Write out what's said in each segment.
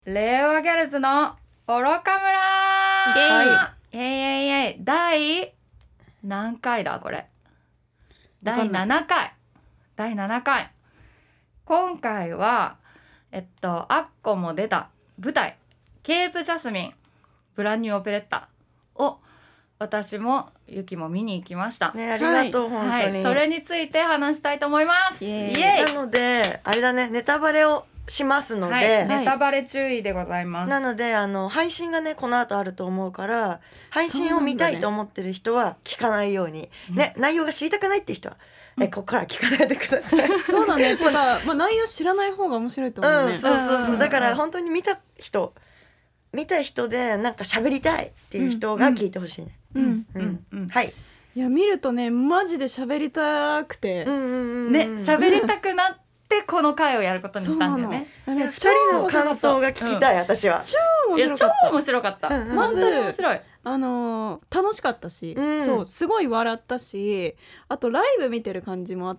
令和ギャルズの愚か村第何回だこれ。第7回。今回はアッコも出た舞台ケープジャスミンブランニューオペレッタを私もゆきも見に行きましたね。ありがとう、本当に、 それについて話したいと思います。イエーイ。なのであれだね、ネタバレをしますので、 ネタバレ注意でございます。 なので配信がねこの後あると思うから、配信を見たいと思ってる人は聞かないようにね、内容が知りたくないって人はここから聞かないでください。 そうだね。ただ、内容知らない方が面白いと思うね。 そうだから本当に見た人でなんか喋りたいっていう人が聞いてほしいね。はい。 いや見るとねマジで喋りたくて、 ね喋りたくなってこの回をやることにしたんだよね。 2人の感想が聞きたい。私は超面白かった。 まず面白い。 楽しかったし、そうすごい笑ったし、あとライブ見てる感じもあって、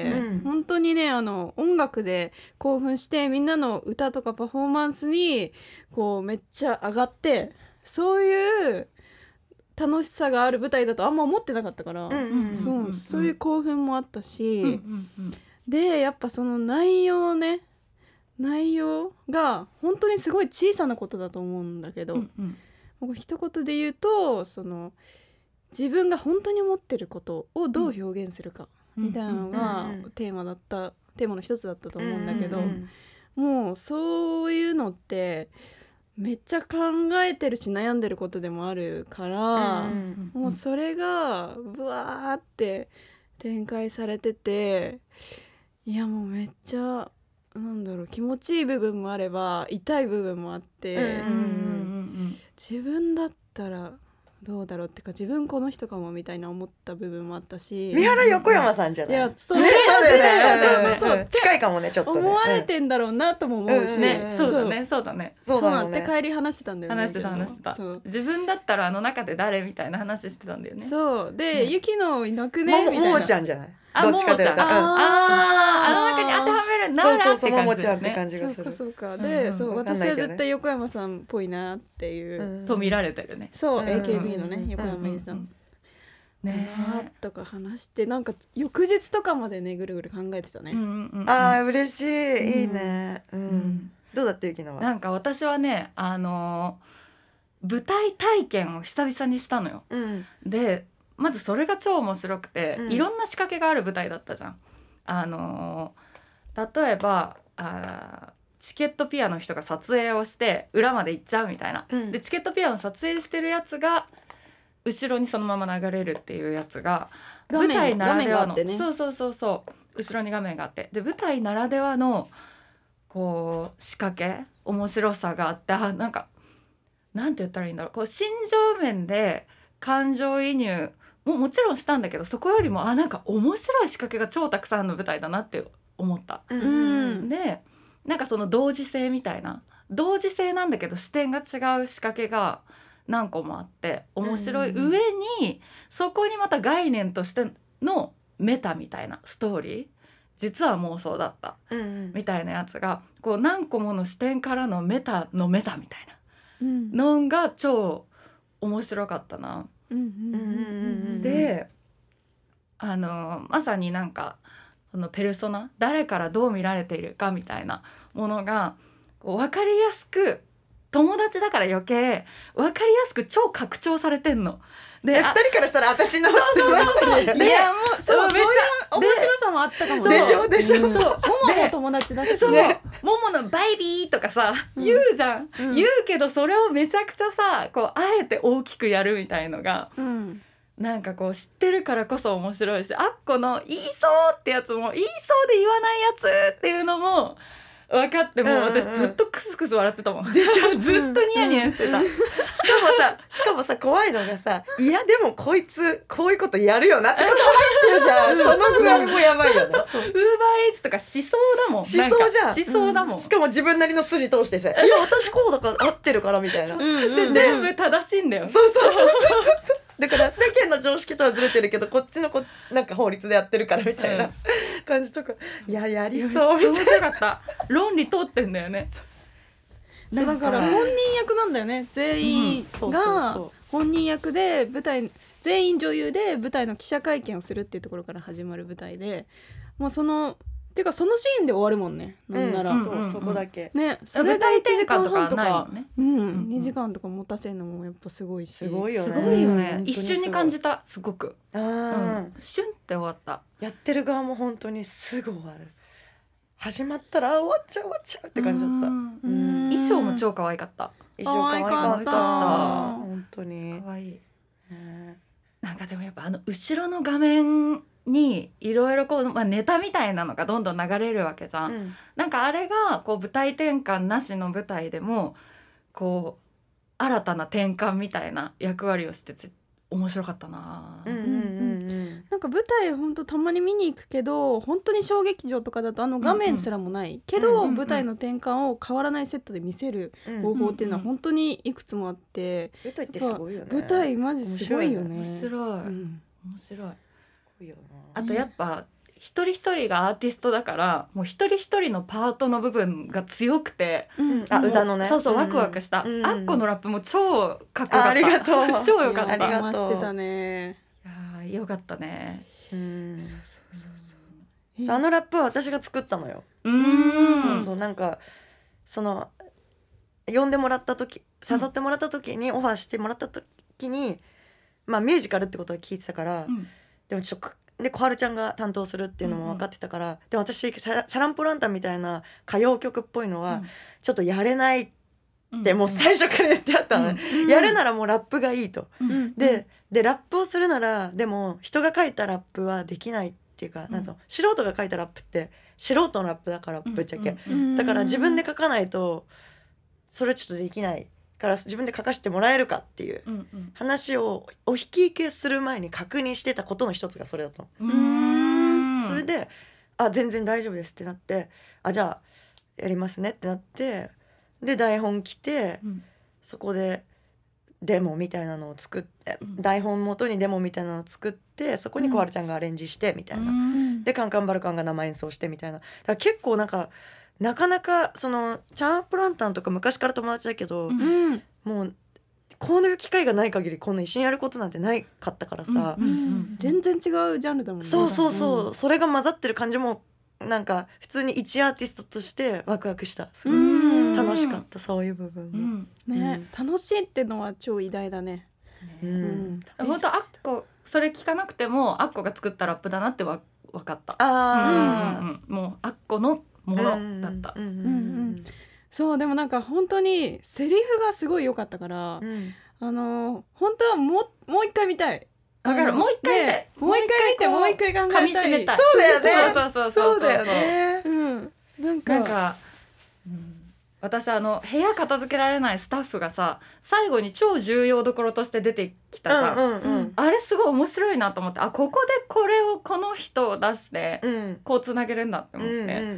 本当にね音楽で興奮してみんなの歌とかパフォーマンスにこうめっちゃ上がって、そういう楽しさがある舞台だとあんま思ってなかったから、そういう興奮もあったし、でやっぱその内容が本当にすごい小さなことだと思うんだけど、一言で言うとその自分が本当に思ってることをどう表現するかみたいなのがテーマの一つだったと思うんだけど、もうそういうのってめっちゃ考えてるし悩んでることでもあるから、もうそれがブワーって展開されてて、いやもうめっちゃ気持ちいい部分もあれば痛い部分もあって、自分だったらどうだろうってか、自分この人かもみたいな思った部分もあったし、 三原横山さんじゃない？いやそうね、 近いかもね、ちょっとね思われてんだろうなとも思うしね。 そうだねそうなって帰り話してたんだよね。 話してた。自分だったら中で誰みたいな話してたんだよね。 そうで、ゆきのいなくねみたいな。 ももちゃんじゃない？ どっちかというと中に当てはめるならって感じですね。 ももちゃんって感じがする。 そうかで、私は絶対横山さんっぽいなっていうと見られてるね。 そう AKB のね横山由依さんねとか話して、なんか翌日とかまでねぐるぐる考えてたね。 嬉しい、いいね。どうだったゆきのは？ なんか私はね舞台体験を久々にしたのよ。でまずそれが超面白くて、いろんな仕掛けがある舞台だったじゃん。例えばチケットピアの人が撮影をして裏まで行っちゃうみたいな、でチケットピアの撮影してるやつが後ろにそのまま流れるっていうやつが舞台ならではの、そう後ろに画面があって、で舞台ならではのこう仕掛け面白さがあって、なんかなんて言ったらいいんだろう、こう心情面で感情移入もちろんしたんだけど、そこよりもなんか面白い仕掛けが超たくさんの舞台だなって思った。でなんかその同時性みたいな、同時性なんだけど視点が違う仕掛けが何個もあって面白い上に、そこにまた概念としてのメタみたいなストーリー、実は妄想だったみたいなやつがこう何個もの視点からのメタのメタみたいなのが超面白かったな。でまさになんかそのペルソナ、誰からどう見られているかみたいなものがこう分かりやすく、友達だから余計分かりやすく超拡張されてんので、 2人からしたら私のいやもうそういう面白さもあったかも。 でしょそうももも友達だし、 そうもものバイビーとかさ言うじゃん、言うけどそれをめちゃくちゃさこうあえて大きくやるみたいのが、なんかこう知ってるからこそ面白いし、あっこの言いそうってやつも言いそうで言わないやつっていうのも分かって、も私ずっとクスクス笑ってたもん。でしょずっとニヤニヤしてた。 しかもさ怖いのがさ、いやでもこいつこういうことやるよなってこと入ってるじゃん。その具合もやばいよね。ウーバーイーツとかしそうだもん。 しそうじゃん。 しそうだもん。 しかも自分なりの筋通してさ、いや私こうだから合ってるからみたいな。 で全部正しいんだよ。 そうだから世間の常識とはずれてるけどこっちのなんか法律でやってるからみたいな感じとか、いややりそうみたいな。 面白かった。論理通ってんだよね。 そうだから本人役なんだよね、全員が本人役で舞台全員女優で舞台の記者会見をするっていうところから始まる舞台で、もうそのっていうかそのシーンで終わるもんね、なんなら、 そこだけね、それで1時間半とかね、 2時間とか持たせるのもやっぱすごいし、 すごいよね、一瞬に感じた、すごくシュンって終わった。 やってる側も本当にすぐ終わる、始まったら終わっちゃうって感じだった。 衣装も超可愛かった。 衣装可愛かった、本当に可愛い。なんかでもやっぱ後ろの画面にいろいろこう、ネタみたいなのがどんどん流れるわけじゃん、なんかあれがこう舞台転換なしの舞台でもこう新たな転換みたいな役割をしてて面白かったな。 なんか舞台ほんとたまに見に行くけど、本当に小劇場とかだと画面すらもないけど、舞台の転換を変わらないセットで見せる方法っていうのは本当にいくつもあって、 舞台ってすごいよね。 舞台マジすごいよね。 面白い、面白い。 すごいよな。あとやっぱ一人一人がアーティストだから、もう一人一人のパートの部分が強くて、 歌のね、 そうワクワクした。アッコのラップも超かっこよかった。 ありがとう。 超よかった。 ありがとう。してたね。 いやよかったね。 あのラップは私が作ったのよ。そうなんかその呼んでもらった時、誘ってもらった時に、オファーしてもらった時に、ミュージカルってことは聞いてたから、でもちょっとで小春ちゃんが担当するっていうのも分かってたから、でも私シャランポランタンみたいな歌謡曲っぽいのはちょっとやれないってもう最初から言ってあったのね、やるならもうラップがいいと、でラップをするならでも人が書いたラップはできないっていうか、なんと素人が書いたラップって素人のラップだから、ぶっちゃけ、だから自分で書かないとそれちょっとできないから自分で書かせてもらえるかっていう話をお引き受けする前に確認してたことの一つがそれだったの。それで全然大丈夫ですってなって、じゃあやりますねってなって、で台本来て、そこでデモみたいなのを作って、台本元にデモみたいなのを作って、そこに小春ちゃんがアレンジしてみたいな、でカンカンバルカンが生演奏してみたいな。だから結構なかなかそのチャープランタンとか昔から友達だけど、もうこういう機会がない限りこんな一緒にやることなんてないかったからさ、 全然違うジャンルだもんね。 そう、それが混ざってる感じもなんか普通に一アーティストとしてワクワクした。すごい楽しかった、そういう部分も、 楽しいってのは超偉大だね。 本当アッコそれ聞かなくてもアッコが作ったラップだなって分かった。もうアッコのものだった。 そうでもなんか本当にセリフがすごい良かったから、本当はもう一回見たい。 わかる。もう一回見て、 もう一回見て、もう一回考えたい。 そうだよね。 そうだよね。なんか、 私部屋片付けられないスタッフがさ、最後に超重要どころとして出てきたじゃん。あれすごい面白いなと思って、ここでこの人を出してこうつなげるんだって思って、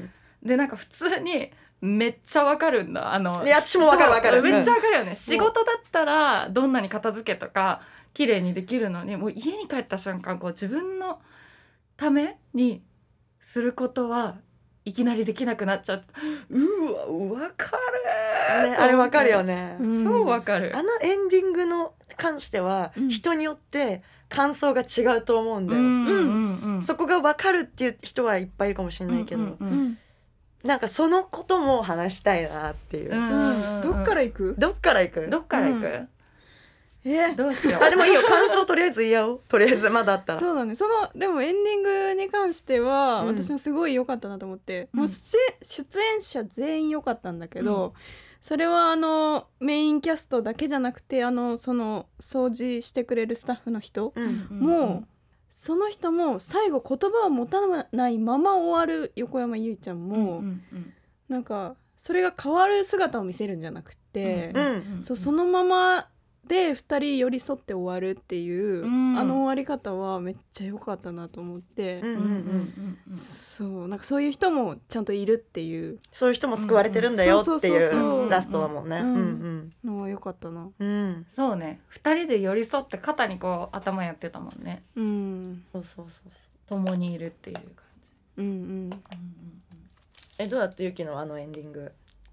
でなんか普通にめっちゃわかるんだ。 いや私もわかる。 めっちゃわかるよね。仕事だったらどんなに片付けとか綺麗にできるのに、もう家に帰った瞬間自分のためにすることはいきなりできなくなっちゃって、わかる、 あれわかるよね。 超わかる。 エンディングの関しては、人によって感想が違うと思うんだよ。そこがわかるっていう人はいっぱいいるかもしれないけど、なんかそのことも話したいなっていう。 どっから行く？ どっから行く？どうしよう。 でもいいよ、感想とりあえず言い合おう。とりあえずまだあったら。 そうだね。でもエンディングに関しては、私もすごい良かったなと思って、もう出演者全員良かったんだけど、それはメインキャストだけじゃなくて、その掃除してくれるスタッフの人も、その人も最後言葉を持たないまま終わる横山由依ちゃんも、なんかそれが変わる姿を見せるんじゃなくて、そのままで2人寄り添って終わるっていう、終わり方はめっちゃ良かったなと思って、そうなんかそういう人もちゃんといるっていう、 そういう人も救われてるんだよっていうラストだもんね。 のは良かったな。 そうね、2人で寄り添って肩にこう頭やってたもんね。 そう共にいるっていう感じ。 どうやってゆきのエンディング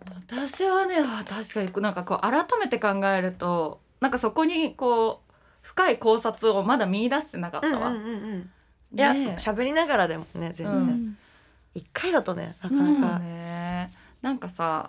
私はね確かになんかこう改めて考えるとなんかそこにこう深い考察をまだ見出してなかったわ。 いや喋りながらでもね全然、一回だとねなかなか、 なんかさ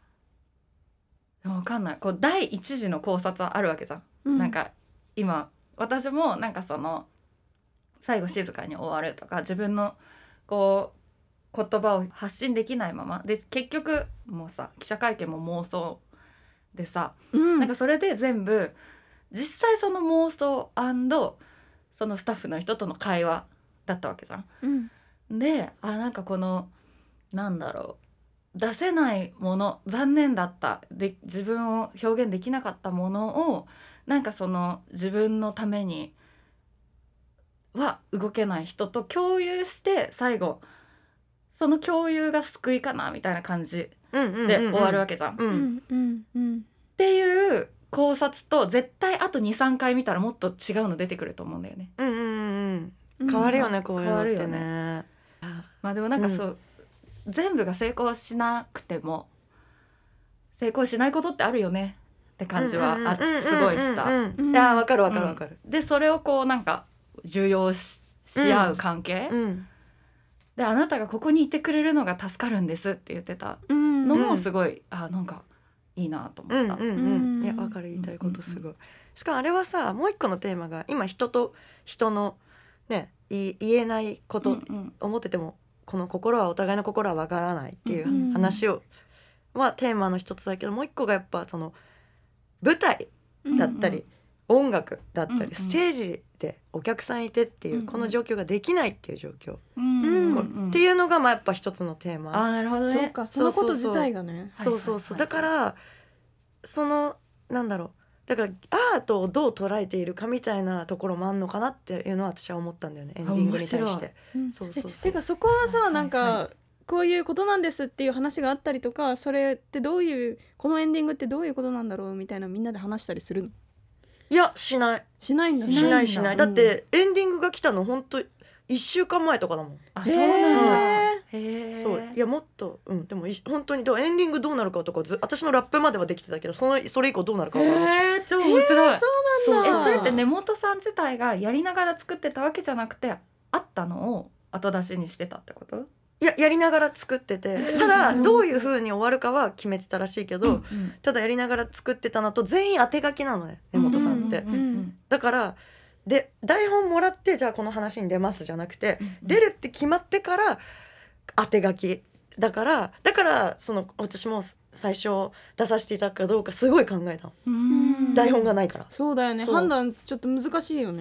わかんないこう第一次の考察はあるわけじゃん、なんか今私もなんかその最後静かに終わるとか自分のこう言葉を発信できないままで結局もうさ記者会見も妄想でさ、なんかそれで全部実際その妄想&そのスタッフの人との会話だったわけじゃん、でなんかこのなんだろう出せないもの残念だったで自分を表現できなかったものをなんかその自分のためには動けない人と共有して最後その共有が救いかなみたいな感じで終わるわけじゃん。っていう考察と絶対あと 2,3 回見たらもっと違うの出てくると思うんだよね。 変わるよね、こういうのってね。 まあでもなんかそう、全部が成功しなくても成功しないことってあるよねって感じはすごいした。 いやわかるわかるわかる。 でそれをこうなんか重要 し合う関係、であなたがここにいてくれるのが助かるんですって言ってたのもすごい、なんかいいなと思った。 いやわかる言いたいことすごい。しかもあれはさもう一個のテーマが今人と人のね言えないこと、思っててもこの心はお互いの心はわからないっていう話を、はテーマの一つだけどもう一個がやっぱその舞台だったり、音楽だったり、ステージでお客さんいてっていう、この状況ができないっていう状況、っていうのがまあやっぱ一つのテーマ。 なるほどね。 そうかそのこと自体がね。 そうだからそのなんだろうだからアートをどう捉えているかみたいなところもあんのかなっていうのは私は思ったんだよねエンディングに対して。 てかそこはさなんかこういうことなんですっていう話があったりとかそれってどういうこのエンディングってどういうことなんだろうみたいなみんなで話したりするの？ いやしないんだね。 しないだってエンディングが来たの本当1週間前とかだもん。 そうなんだ。 そういやもっとでも本当にエンディングどうなるかとか私のラップまではできてたけどそれ以降どうなるかは超面白い。 そうなんだ。 それって根本さん自体がやりながら作ってたわけじゃなくてあったのを後出しにしてたってこと？ いややりながら作っててただどういう風に終わるかは決めてたらしいけど、ただやりながら作ってたのと全員当て書きなのね根本さんって、だからで台本もらってじゃあこの話に出ますじゃなくて、出るって決まってから当て書きだからその私も最初出させていただくかどうかすごい考えたの。台本がないから。 そうだよね。判断ちょっと難しいよね。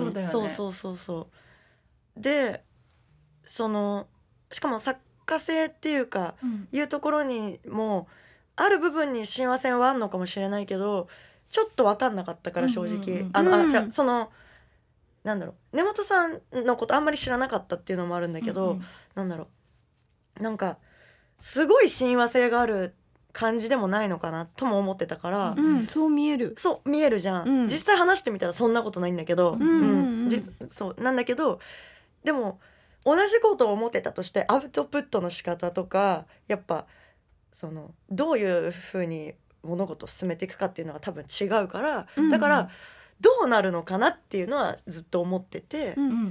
そうでそのしかも作家性っていうか、いうところにもある部分に親和性はあるのかもしれないけどちょっと分かんなかったから正直、じゃそのなんだろう根本さんのことあんまり知らなかったっていうのもあるんだけど、なんだろうなんかすごい親和性がある感じでもないのかなとも思ってたから、 そう見えるじゃん、実際話してみたらそんなことないんだけど、そうなんだけどでも同じことを思ってたとしてアウトプットの仕方とかやっぱそのどういうふうに物事を進めていくかっていうのは多分違うから、だからどうなるのかなっていうのはずっと思ってて、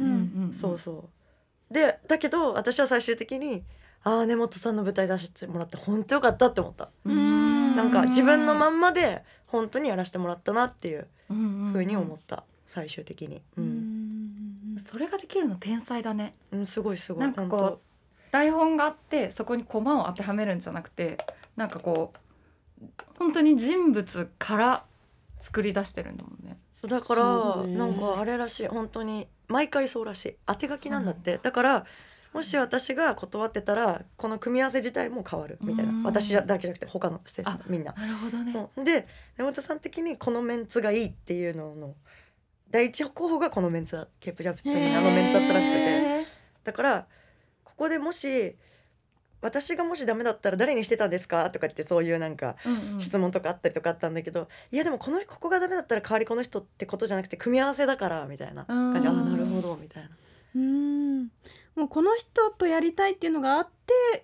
でだけど私は最終的に根本さんの舞台出してもらって本当よかったって思った。なんか自分のまんまで本当にやらせてもらったなっていうふうに思った最終的に。 それができるの天才だね。 すごいなんかこう台本があってそこにコマを当てはめるんじゃなくてなんかこう本当に人物から作り出してるんだもんね。 だからなんかあれらしい本当に毎回そうらしい当て書きなんだって。だからもし私が断ってたらこの組み合わせ自体も変わるみたいな、私だけじゃなくて他のステージみんな。 なるほどね。 で根本さん的にこのメンツがいいっていうのの第一候補がこのメンツだケープジャプスにメンツだったらしくて、だからここでもし私がもしダメだったら誰にしてたんですかとかってそういうなんか質問とかあったりとかあったんだけど、いやでもここがダメだったら代わりこの人ってことじゃなくて組み合わせだからみたいな感じ。なるほどみたいな。 もうこの人とやりたいっていうのがあって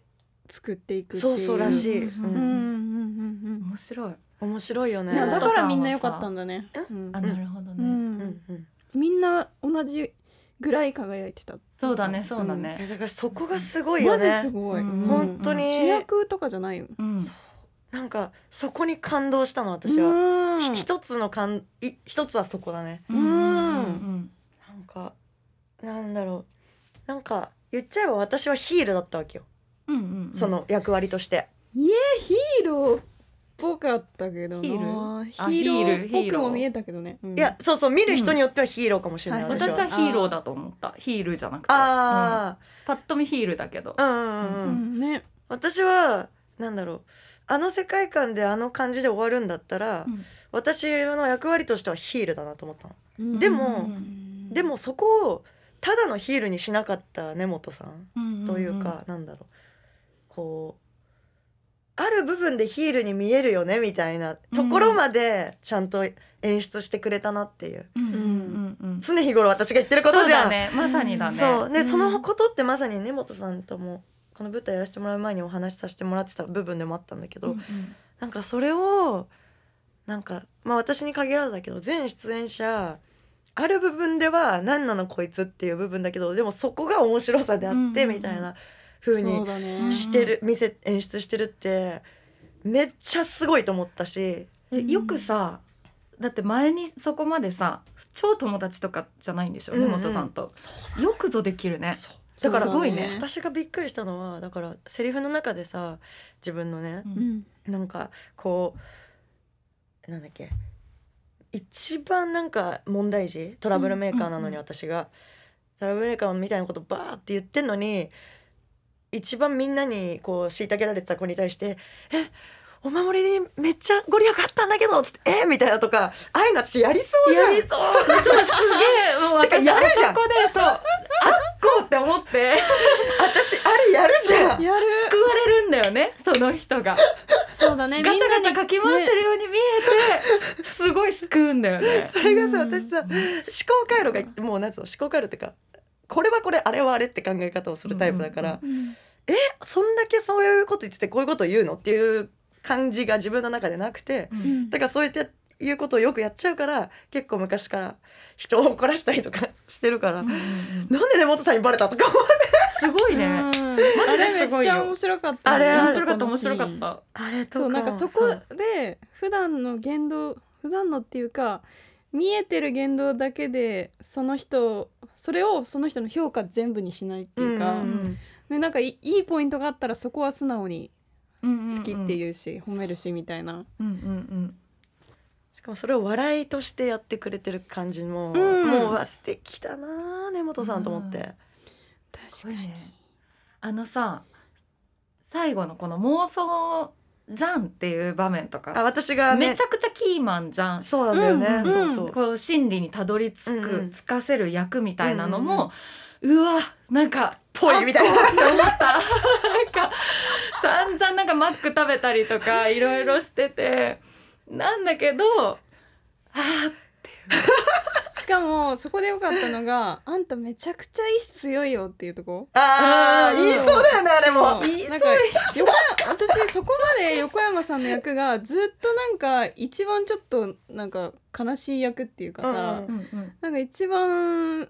作っていくっていう。 そうらしい。 面白いよね。 いやだからみんな良かったんだね。 なるほどね。 みんな同じぐらい輝いてた。 そうだねそうだね。 だからそこがすごいよね。 マジすごい。 本当に主役とかじゃないよ。 なんかそこに感動したの私は。一つはそこだね。なんかなんだろう、なんか言っちゃえば私はヒールだったわけよ。その役割として。 ヒーローっぽかったけどな。ヒーローっぽくも見えたけどね。 いやそう見る人によってはヒーローかもしれない。 私はヒーローだと思った。ヒールじゃなくて。パッと見ヒールだけど。 ね。私はなんだろう、あの世界観であの感じで終わるんだったら、私の役割としてはヒールだなと思ったの。でもそこをただのヒールにしなかった根本さんというか、なんだろう、こうある部分でヒールに見えるよねみたいなところまでちゃんと演出してくれたなっていう、常日頃私が言ってることじゃん。 そうだね、まさにだね。 そうね、そのことってまさに根本さんともこの舞台やらせてもらう前にお話しさせてもらってた部分でもあったんだけど、なんかそれをなんか私に限らずだけど全出演者ある部分では何なのこいつっていう部分だけど、でもそこが面白さであってみたいな風にしてる、演出してるってめっちゃすごいと思ったし、 よくさ、だって前にそこまでさ超友達とかじゃないんでしょ、根本さんと。よくぞできるね。だからすごいね。 私がびっくりしたのはだからセリフの中でさ、自分のね、なんかこうなんだっけ、一番なんか問題児トラブルメーカーなのに、私がトラブルメーカーみたいなことバーって言ってんのに、一番みんなにこう虐げられてた子に対してお守りにめっちゃご利益あったんだけどつってみたいなとか、ああいうの私やりそうじゃん。 やりそうすげえもう私やるじゃん。そこでそうあっこって思って私あれやるじゃん。 救われるんだよね、その人が。 そうだね、 ガチャガチャかき回してるように見えて、すごい救うんだよね。 それがさ、私さ思考回路がもうなんつうの、思考回路ってかこれはこれあれはあれって考え方をするタイプだから、そんだけそういうこと言っててこういうこと言うのっていう感じが自分の中でなくて、だからそうやっていうことをよくやっちゃうから、結構昔から人を怒らしたりとかしてるから、なんで根本さんにバレたとか思ってすごいね。あれめっちゃ面白かった。 あれ面白かった面白かった。 あれとかそう、なんかそこで普段のっていうか見えてる言動だけでそれをその人の評価全部にしないっていうか、でなんかいいポイントがあったらそこは素直に好きって言うし、褒めるしみたいな。 しかもそれを笑いとしてやってくれてる感じも、もう素敵だな根本さんと思って。 確かに。 あのさ、最後のこの妄想じゃんっていう場面とか、 私がねめちゃくちゃキーマンじゃん。 そうなんだよね。そうそう。 こう真理にたどり着く、つかせる役みたいなのも、うわなんかぽいみたいなって思った。なんか散々なんかマック食べたりとかいろいろしてて、なんだけどってしかもそこでよかったのが、あんためちゃくちゃ意志強いよっていうとこ。 言いそうだよねあれも。 なんか私そこまで横山さんの役がずっとなんか一番ちょっとなんか悲しい役っていうかさ、なんか一番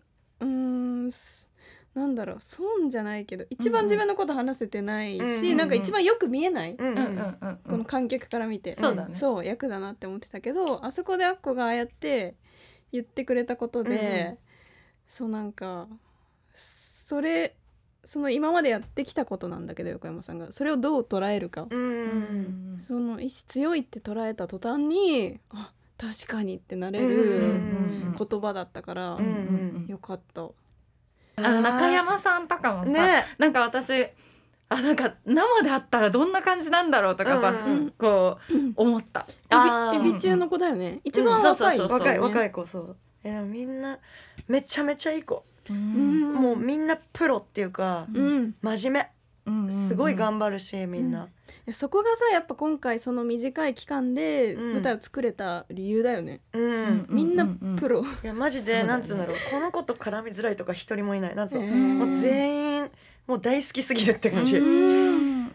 なんだろう、損じゃないけど一番自分のこと話せてないし、なんか一番よく見えない、この観客から見て、そう役だなって思ってたけど、あそこでアッコがああやって言ってくれたことで、そうなんかその今までやってきたことなんだけど、横山さんがそれをどう捉えるか、その意志強いって捉えた途端に確かにってなれる言葉だったから、よかった。 中山さんとかもさ、なんか私なんか生で会ったらどんな感じなんだろうとかさ、こう思った。 エビ中の子だよね、一番若い子。そうみんなめちゃめちゃいい子、もうみんなプロっていうか、真面目、すごい頑張るしみんな、 そこがさやっぱ今回その短い期間で舞台を作れた理由だよね。みんなプロ。 いやマジでなんつうんだろう、この子と絡みづらいとか一人もいない。なんつうの、もう全員もう大好きすぎるって感じ。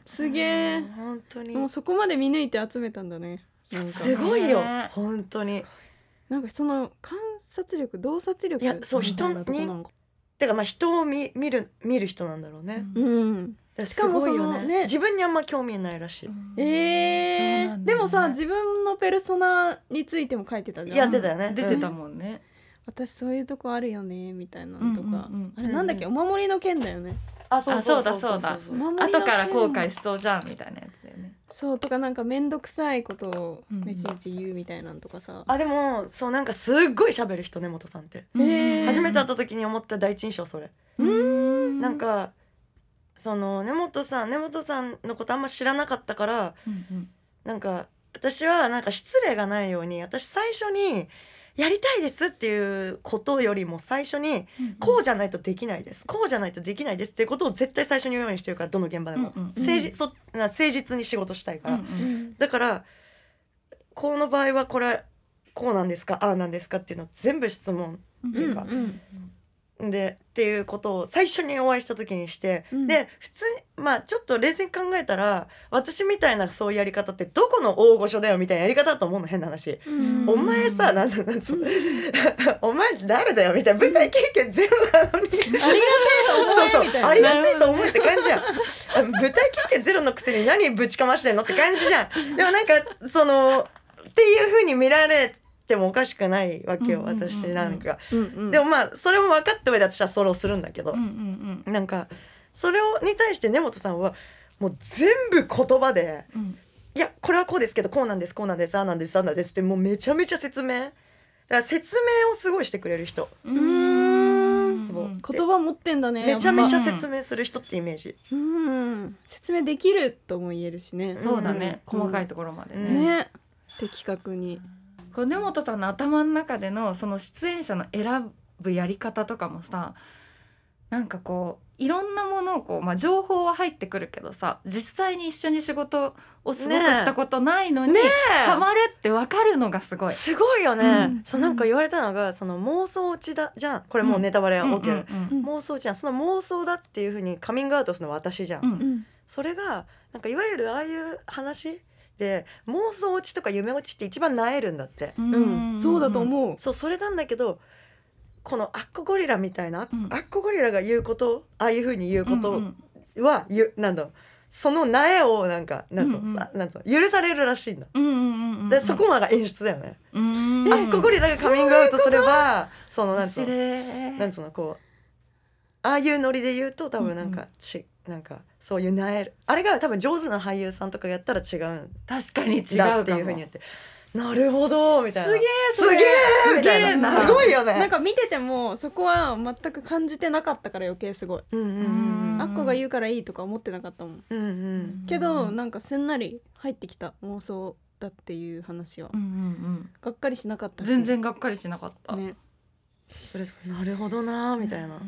すげえ、 本当にもうそこまで見抜いて集めたんだね。なんかすごいよ本当に。 なんかその観察力洞察力、 いやそう人にてかまあ人を見る人なんだろうね。しかもそのね自分にあんま興味ないらしい。 でもさ自分のペルソナについても書いてたじゃん。 やってたよね。 出てたもんね。 私そういうとこあるよねみたいなのとか、あれなんだっけ、お守りの件だよね。 そうだ後から後悔しそうじゃんみたいなやつだよね。 そうとかなんかめんどくさいことをめちいち言うみたいなのとかさ、 でもそうなんかすっごい喋る人根本さんって、初めて会った時に思った第一印象それ。なんかその根本さんのことあんま知らなかったから、なんか私はなんか失礼がないように、私最初にやりたいですっていうことよりも最初にこうじゃないとできないです、こうじゃないとできないですっていうことを絶対最初に言うようにしてるから、どの現場でも誠実に仕事したいから、だからこの場合はこれこうなんですかああなんですかっていうのを全部質問っていうか、でっていうことを最初にお会いした時にして、で普通にまあちょっと冷静に考えたら私みたいなそういうやり方ってどこの大御所だよみたいなやり方だと思うの、変な話。お前さなんお前誰だよみたいな、舞台経験ゼロなのにありがてえと思えって感じじゃん。舞台経験ゼロのくせに何ぶちかましてんのって感じじゃん。でもなんかそのっていう風に見られてもおかしくないわけよ、私なんか。でもまあそれも分かった上で私はソロするんだけど、なんかそれに対して根本さんはもう全部言葉で、いやこれはこうですけどこうなんですこうなんですああなんですああなんですってもうめちゃめちゃ説明、だから説明をすごいしてくれる人。そう言葉持ってんだね。 めちゃめちゃ説明する人ってイメージ。 説明できるとも言えるしね。 そうだね、細かいところまでね。 的確に。 根本さんの頭の中でのその出演者の選ぶやり方とかもさ、なんかこういろんなものをこう、情報は入ってくるけどさ、実際に一緒に仕事をすごくしたことないのに、ハマるって分かるのがすごい。 すごいよね。そうなんか言われたのが、その妄想落ちだじゃん。これもうネタバレは OK。妄想落ちじゃん。その妄想だっていう風にカミングアウトするのは私じゃん。それがなんかいわゆるああいう話で妄想落ちとか夢落ちって一番萎えるんだって。 そうだと思う。 そうそれなんだけど、このアッコゴリラみたいな、アッコゴリラが言うこと、ああいう風に言うことは、なんだその苗をなんかなんつうの許されるらしいんだ。でそこまでが演出だよね。アッコゴリラがカミングアウトすれば、そのなんつうのこうああいうノリで言うと多分なんかなんかそういうなえるあれが多分上手な俳優さんとかやったら違うん確かに違うだっていう風に言って、なるほどみたいな、 すげえみたいな、すごいよね。 なんか見ててもそこは全く感じてなかったから余計すごい。あっこが言うからいいとか思ってなかったもん。けどなんかすんなり入ってきた、妄想だっていう話は。がっかりしなかったし。 全然がっかりしなかったね。 それなるほどなみたいな。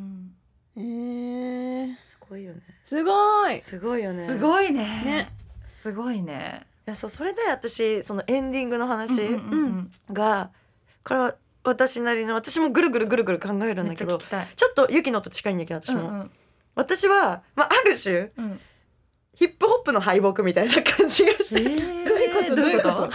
すごいよね。 すごい。 すごいよね。 すごいね。すごいね。 いやそれで私そのエンディングの話が、これは私なりの、私もぐるぐる考えるんだけど、ちょっとユキノと近いんだけど私も、私は、ある種、ヒップホップの敗北みたいな感じがして、 どういうこと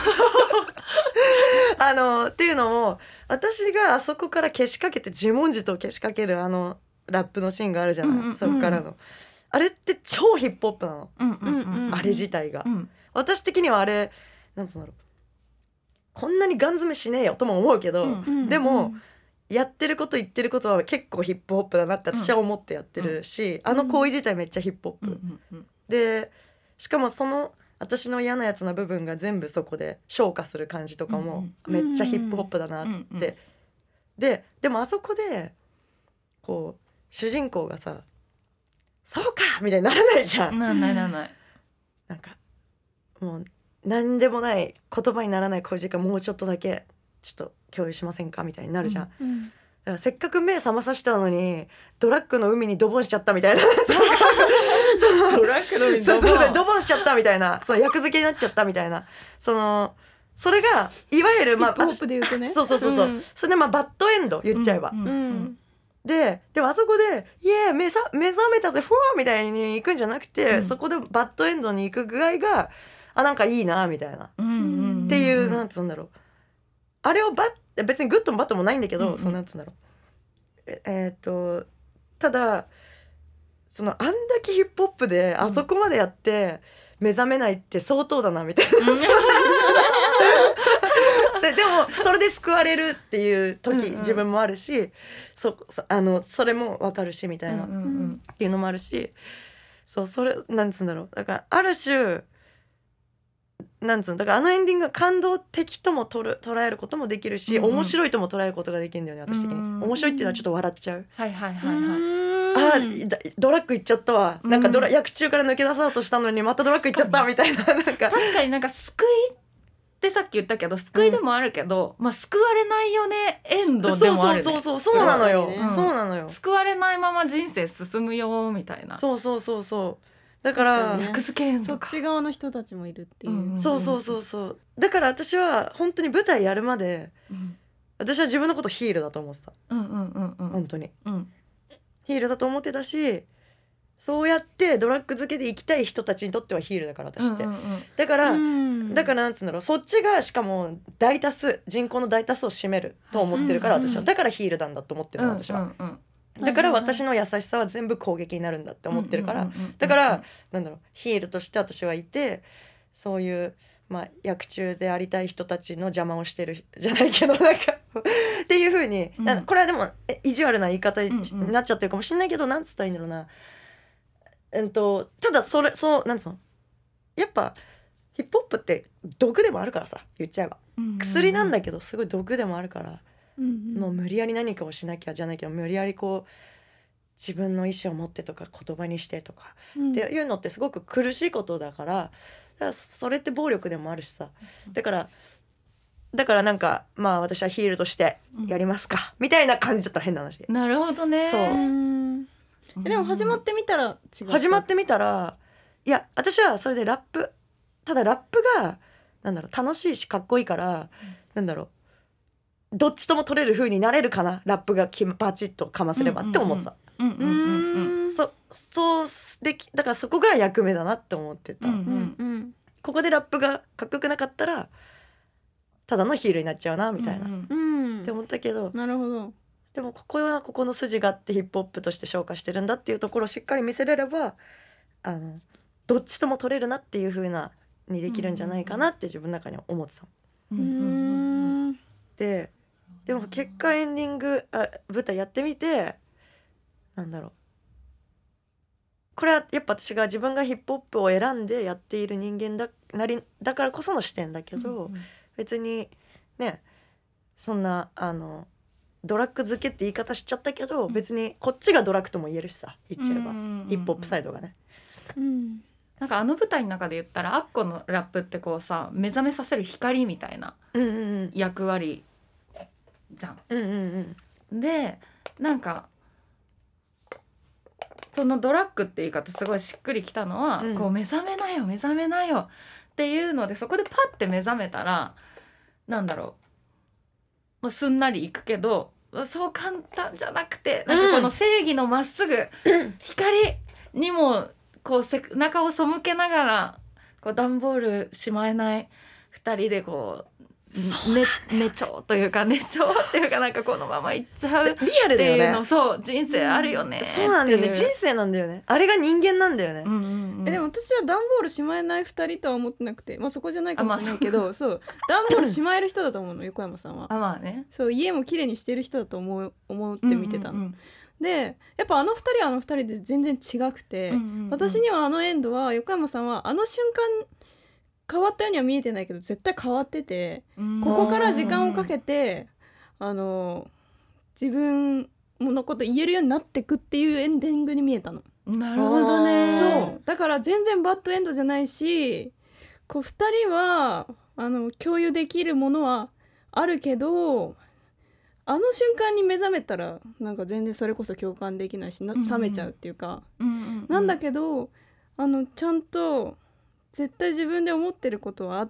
っていうのも、私があそこからけしかけて自問自答けしかけるラップのシーンがあるじゃない、そこからのあれって超ヒップホップなの、あれ自体が、私的にはあれなんつうんだろう、こんなにガン詰めしねえよとも思うけど、でもやってること言ってることは結構ヒップホップだなって私は思ってやってるし、あの行為自体めっちゃヒップホップ、でしかもその私の嫌なやつな部分が全部そこで昇華する感じとかもめっちゃヒップホップだなって、でもあそこでこう主人公がさそうかみたいにならないじゃん。 なんないなんかもう何でもない言葉にならない声時間もうちょっとだけちょっと共有しませんかみたいになるじゃん、だからせっかく目覚まさせたのにドラッグの海にドボンしちゃったみたいなドラッグの海にドボンしちゃったみたいな、その役付けになっちゃったみたいな、それがいわゆるヒップホップで言うとね、 そう、それでバッドエンド言っちゃえば、 でもあそこでイエーイ目覚めたぜふわーみたいに行くんじゃなくて、そこでバッドエンドに行く具合がなんかいいなみたいな、っていうなんつうんだろう、あれを別にグッドもバッドもないんだけど、そうなんつうんだろう、ただそのあんだけヒップホップであそこまでやって目覚めないって相当だなみたいな、でもそれで救われるっていう時、自分もあるし、それも分かるしみたいな、っていうのもあるし、それなんつうんだろう、だからある種なんつうの、だからあのエンディングが感動的とも捉えることもできるし、面白いとも捉えることができるんだよね、私的に。面白いっていうのはちょっと笑っちゃう。ドラッグ行っちゃったわ、なんか薬中から抜け出そうとしたのにまたドラッグ行っちゃったみたいな、なんか確かになんか救いってさっき言ったけど救いでもあるけど、救われないよねエンドでもあるね。 そうなのよ、そうなのよ。 救われないまま人生進むよみたいな。 そうだから役付けそっち側の人たちもいるっていう、 そうだから私は本当に舞台やるまで、私は自分のことヒールだと思ってた、本当に、ヒールだと思ってたし、そうやってドラッグ漬けで生きたい人たちにとってはヒールだから私って、だからなんつうんだろう、そっちがしかも人口の大多数を占めると思ってるから、私はだからヒールなんだと思ってるの、私は。だから私の優しさは全部攻撃になるんだって思ってるから、だからなんだろう、ヒールとして私はいて、そういう役中でありたい人たちの邪魔をしてるじゃないけど、なんかっていう風に、これはでも意地悪な言い方になっちゃってるかもしれないけど、なんつったらいいんだろうな、ただそうなんつうの、やっぱヒップホップって毒でもあるからさ、言っちゃえば、薬なんだけどすごい毒でもあるから、もう無理やり何かをしなきゃじゃないけど、無理やりこう自分の意思を持ってとか言葉にしてとか、っていうのってすごく苦しいことだから、それって暴力でもあるしさ、だからなんか私はヒールとしてやりますか、みたいな感じだったら変な話。 なるほどね。 そうでも始まってみたら違う。 始まってみたら、いや私はそれでただラップがなんだろう、楽しいしかっこいいから、なんだろう、どっちとも取れる風になれるかな、ラップがバチッとかませればって思ってた。そうだからそこが役目だなって思ってた。ここでラップがかっこよくなかったらただのヒールになっちゃうなみたいな、って思ったけど、 なるほど。 でもここはここの筋があってヒップホップとして消化してるんだっていうところをしっかり見せれれば、どっちとも取れるなっていう風なにできるんじゃないかなって自分の中に思ってた。でも結果エンディング舞台やってみて、なんだろう、これはやっぱ私が自分がヒップホップを選んでやっている人間だからこその視点だけど、別にね、そんなドラッグ漬けって言い方しちゃったけど、別にこっちがドラッグとも言えるしさ、言っちゃえば、ヒップホップサイドがね、 なんか舞台の中で言ったらアッコのラップってこうさ、目覚めさせる光みたいな役割じゃん。でなんかそのドラッグって言い方すごいしっくりきたのは、こう目覚めなよ目覚めなよっていうので、そこでパッて目覚めたらなんだろう、すんなりいくけど、そう簡単じゃなくて、なんかこの正義のまっすぐ光にもこう背中を背けながら、こう段ボールしまえない2人でこう寝ちょうというかなんかこのままいっちゃうってリアルだよね。 いうの、そう人生あるよね、 そうなんだよね、人生なんだよね、あれが人間なんだよね。 でも私は段ボールしまえない2人とは思ってなくて、そこじゃないかもしれないけど、そう段ボールしまえる人だと思うの、横山さんは。そう家も綺麗にしてる人だと思って見てたの。でやっぱ2人は2人で全然違くて、私にはエンドは横山さんは瞬間変わったようには見えてないけど絶対変わってて、ここから時間をかけて自分のこと言えるようになってくっていうエンディングに見えたの。 なるほどね。 そうだから全然バッドエンドじゃないし、こう2人は共有できるものはあるけど、瞬間に目覚めたらなんか全然それこそ共感できないし、冷めちゃうっていうか、なんだけどちゃんと絶対自分で思ってることはあって、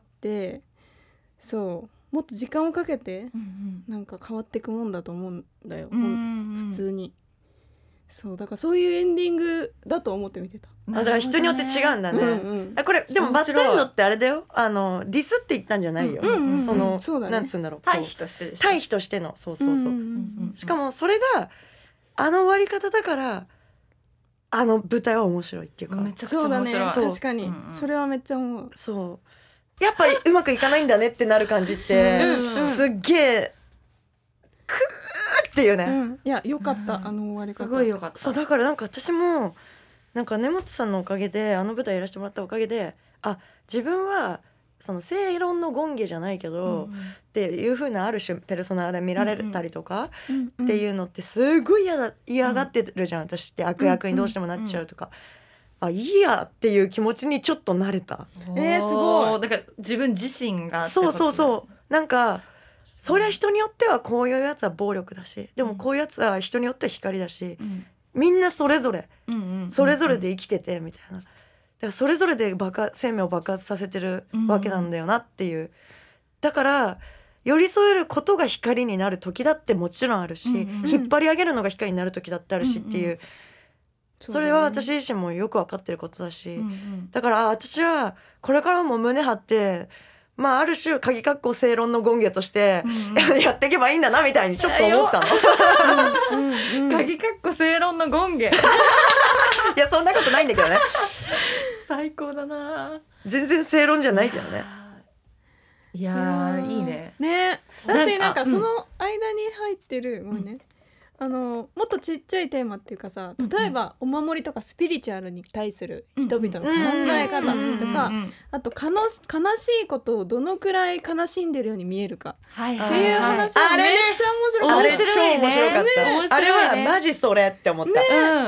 そうもっと時間をかけてなんか変わっていくもんだと思うんだよ、普通に。 そうだからそういうエンディングだと思って見てた。 だから人によって違うんだね、これでもバッドエンドってあれだよ、ディスって言ったんじゃないよ、そうだね、なんつうんだろう、 対比としてでしょ、 対比としての、そう、しかもそれが終わり方だから舞台は面白いっていうか、 めちゃくちゃ面白い。 そうだね、確かに、それはめっちゃ思う。 そうやっぱりうまくいかないんだねってなる感じってすっげえクーっていうね、 いやよかった、終わり方すごいよかった。 そうだからなんか私もなんか根本さんのおかげで舞台やらせてもらったおかげで、自分はその正論の権化じゃないけど、っていう風なある種ペルソナで見られたりとかっていうのってすごい嫌がってるじゃん、私って悪役にどうしてもなっちゃうとか、いいやっていう気持ちにちょっと慣れた。 すごい。 だから自分自身がそうなんかそりゃ人によってはこういうやつは暴力だし、でもこういうやつは人によっては光だし、みんなそれぞれそれぞれで生きててみたいな、だからそれぞれで生命を爆発させてるわけなんだよなっていう、だから寄り添えることが光になる時だってもちろんあるし、引っ張り上げるのが光になる時だってあるしっていう、それは私自身もよく分かってることだし、だから私はこれからも胸張ってある種鍵括弧正論の権化としてやっていけばいいんだなみたいにちょっと思ったの。 鍵括弧正論の権化いやそんなことないんだけどね。 最高だな。 全然正論じゃないけどね。 いやいいね。 ね、私なんかその間に入ってる、ごめんね、もっとちっちゃいテーマっていうかさ、例えばお守りとかスピリチュアルに対する人々の考え方とか、あと悲しいことをどのくらい悲しんでるように見えるかっていう話はめっちゃ面白かった。 あれ超面白かった。あれはマジそれって思った。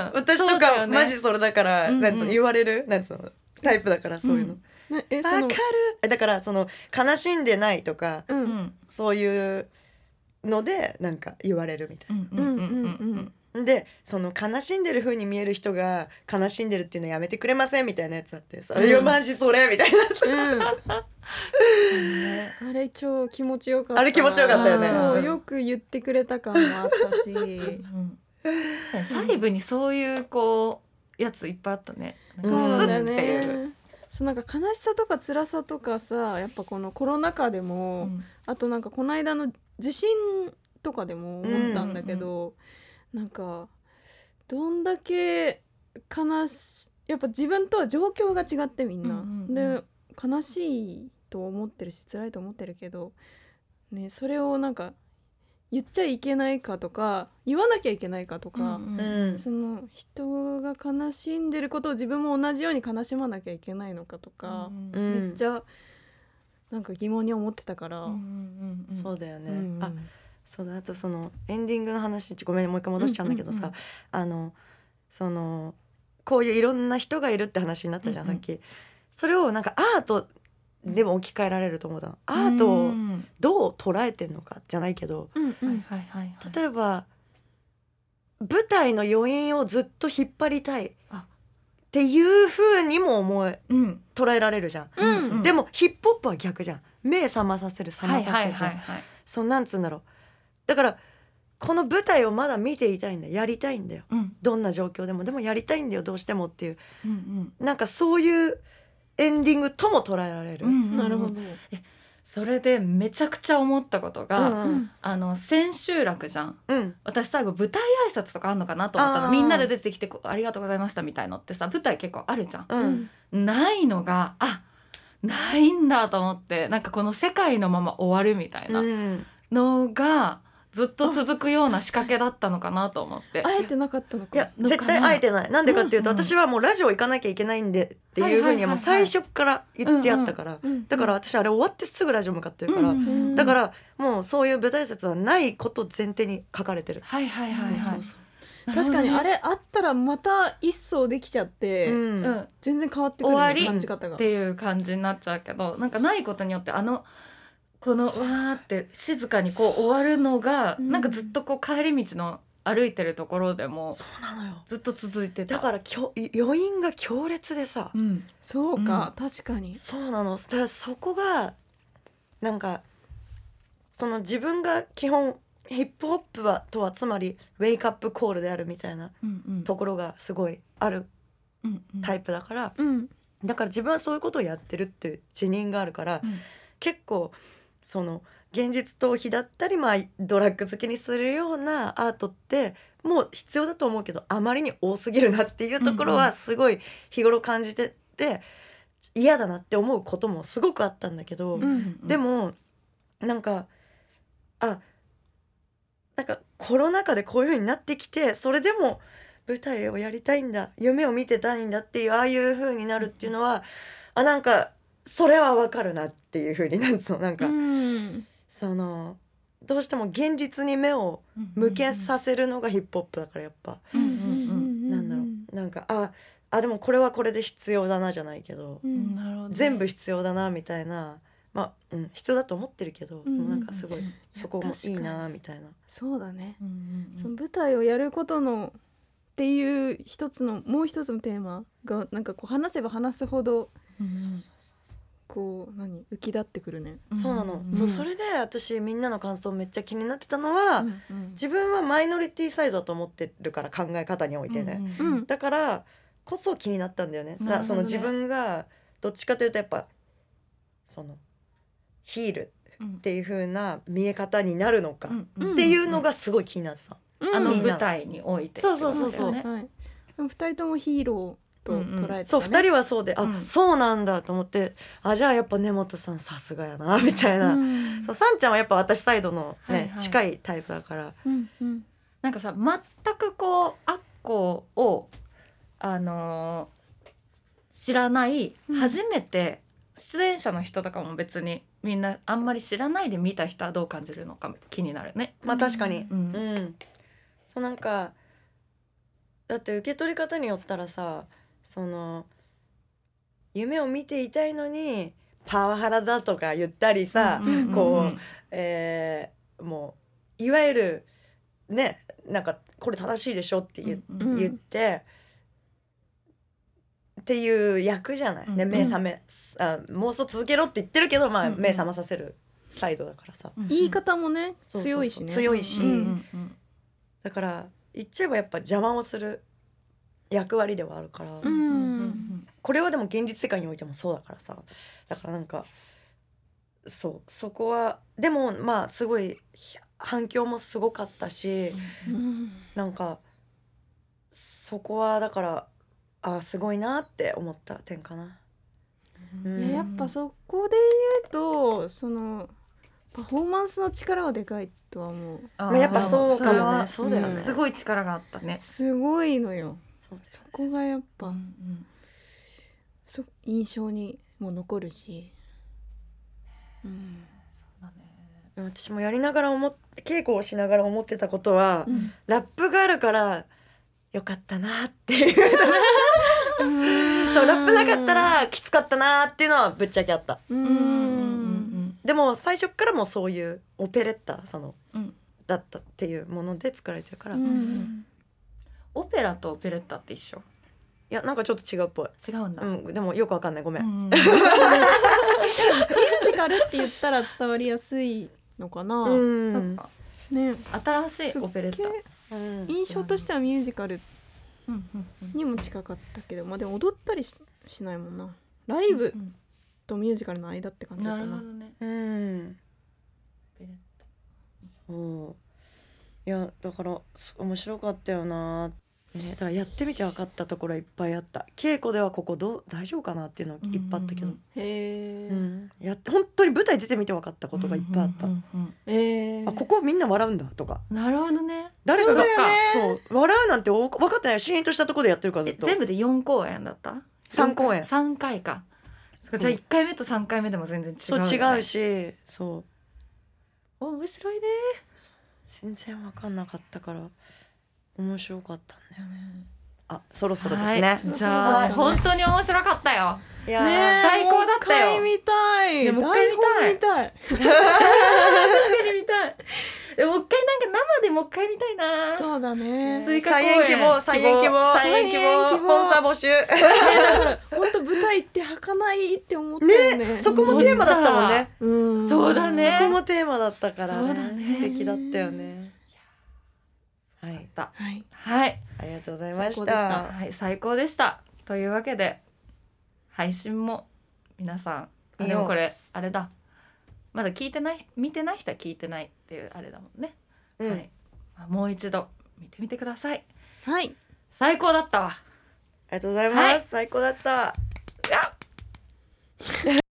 私とかマジそれだからなんつうの言われるなんつうのタイプだから、そういうの。わかる。だからその悲しんでないとかそういうのでなんか言われるみたいな。でその悲しんでる風に見える人が悲しんでるっていうのやめてくれませんみたいなやつあって、それよマジそれみたいな。 あれ超気持ちよかった。 あれ気持ちよかったよね。 そうよく言ってくれた感もあったし、 細部にそういうこうやついっぱいあったね。 そうなんだよね。そうなんか悲しさとか辛さとかさ、やっぱこのコロナ禍でも、あとなんかこの間の地震とかでも思ったんだけど、なんかどんだけやっぱ自分とは状況が違ってみんな、で悲しいと思ってるし辛いと思ってるけど、ね、それをなんか言っちゃいけないかとか言わなきゃいけないかとか、その人が悲しんでることを自分も同じように悲しまなきゃいけないのかとか、めっちゃなんか疑問に思ってたから、 そうだよね。そうだ、あとそのエンディングの話、ごめんもう一回戻しちゃうんだけどさ、そのこういういろんな人がいるって話になったじゃん、さっき。それをなんかアートでも置き換えられると思うの。アートをどう捉えてんのかじゃないけど、例えば舞台の余韻をずっと引っ張りたいっていう風にも捉えられるじゃん。でもヒップホップは逆じゃん。目覚まさせるじゃん。そうなんつうんだろう。だからこの舞台をまだ見ていたいんだよ、やりたいんだよ、どんな状況でもやりたいんだよどうしてもっていう、なんかそういうエンディングとも捉えられる。 なるほど。 それでめちゃくちゃ思ったことが、千秋楽じゃん、私最後舞台挨拶とかあんのかなと思ったの。みんなで出てきてありがとうございましたみたいのってさ、舞台結構あるじゃん、ないのがないんだと思って、なんかこの世界のまま終わるみたいなのがずっと続くような仕掛けだったのかなと思って。 あえてなかったのか。 いや絶対あえてない。なんでかっていうと、私はもうラジオ行かなきゃいけないんでっていう風にはもう最初から言ってやったから、だから私あれ終わってすぐラジオ向かってるから、だからもうそういう舞台説はないことを前提に書かれてる。 確かにあれあったらまた一層できちゃって、全然変わってくる、ね、感じ方がっていう感じになっちゃうけど、なんかないことによってこのわーって静かにこう終わるのが、なんかずっとこう帰り道の歩いてるところでもそうなのよ、 ずっと続いてた。 だから余韻が強烈でさ、 そうか、確かにそうなの。だからそこがなんかその自分が基本ヒップホップとはつまりウェイクアップコールであるみたいなところがすごいあるタイプだから、だから自分はそういうことをやってるっていう自認があるから、結構その現実逃避だったり、ドラッグ好きにするようなアートってもう必要だと思うけどあまりに多すぎるなっていうところはすごい日頃感じてて、嫌だなって思うこともすごくあったんだけど、でもなんかコロナ禍でこういう風になってきて、それでも舞台をやりたいんだ、夢を見てたいんだっていうああいう風になるっていうのは、なんかそれはわかるなっていう風になんつうの、なんか、そのどうしても現実に目を向けさせるのがヒップホップだから、やっぱ、なんだろう、なんかでもこれはこれで必要だなじゃないけど、 なるほどね、 全部必要だなみたいな、必要だと思ってるけど、なんかすごいそこもいいなみたいな。 そうだね、その舞台をやることのっていうもう一つのテーマがなんかこう話せば話すほど、こう浮き立ってくるね。 そうなの、それで私みんなの感想めっちゃ気になってたのは、自分はマイノリティサイドだと思ってるから、考え方においてね、だからこそ気になったんだよね。その自分がどっちかというとやっぱそのヒールっていう風な見え方になるのかっていうのがすごい気になってた。 舞台において。 そう、 でも2人ともヒーローと捉えてたね。 そう、2人はそうで、そうなんだと思って、じゃあやっぱ根本さんさすがやなみたいな、そう、さんちゃんはやっぱ私サイドのね、近いタイプだから、 なんかさ、全くこうアッコを知らない、初めて出演者の人とかも別にみんなあんまり知らないで見た人はどう感じるのか気になるね。 確かに、そう、なんかだって受け取り方によったらさ、その夢を見ていたいのにパワハラだとか言ったりさ、こう、もういわゆるね、なんかこれ正しいでしょって言ってっていう役じゃない、目覚め、妄想続けろって言ってるけど、目覚まさせるサイドだからさ、 言い方もね、強いしね、 強いし、だから言っちゃえばやっぱ邪魔をする役割ではあるから、これはでも現実世界においてもそうだからさ、だからなんかそこはでもすごい反響もすごかったし、なんかそこはだからすごいなって思った点かな。 やっぱそこで言うと、そのパフォーマンスの力はでかいとは思う。 やっぱそうかもね。そうだよね。 すごい力があったね。 すごいのよ。そこがやっぱ、印象にも残るし、 そうだね。 私もやりながら稽古をしながら思ってたことは、ラップがあるからよかったなっていうそう、ラップなかったらきつかったなっていうのはぶっちゃけあった。でも最初からもそういうオペレッタだったっていうもので作られてるから、 オペラとオペレッタって一緒？ いや、なんかちょっと違うっぽい。 違うんだ。 でもよくわかんない、ごめん。 ミュージカルって言ったら伝わりやすいのかな。 そっかね、 新しいオペレッタ。 印象としてはミュージカルにも近かったけど、でも踊ったり しないもんな。ライブとミュージカルの間って感じだったな。 なるほどね。 そういや、だから面白かったよな、だからやってみて分かったところいっぱいあった。稽古ではここ大丈夫かなっていうのいっぱいあったけど、本当に舞台出てみて分かったことがいっぱいあった。ここみんな笑うんだとか。 なるほどね。 誰かがそう笑うなんて分かってない。シーンとしたところでやってるからずっと。 全部で4公演だった？ 3公演。 3回か。じゃあ1回目と3回目でも全然違うよね。 そう違うし、そう面白いね。 全然分かんなかったから面白かったんだよね。そろそろですね。 じゃあ本当に面白かったよ。 いや最高だったよ。 もう一回見たい。 もう一回見たい。確かに見たい。もう一回生でもう一回見たいな。 そうだね。 再演希望スポンサー募集。 だから本当舞舞台って儚いって思ったよね。 そこもテーマだったもんね。 そうだね。 そこもテーマだったからそうだね。 素敵だったよね。はい、 はい、 ありがとうございました。 はい、最高でした。というわけで配信も皆さん、でもこれあれだ。まだ見てない人は聞いてないっていうあれだもんね。はい。もう一度見てみてください。 はい。 最高だったわ。 ありがとうございます。最高だった。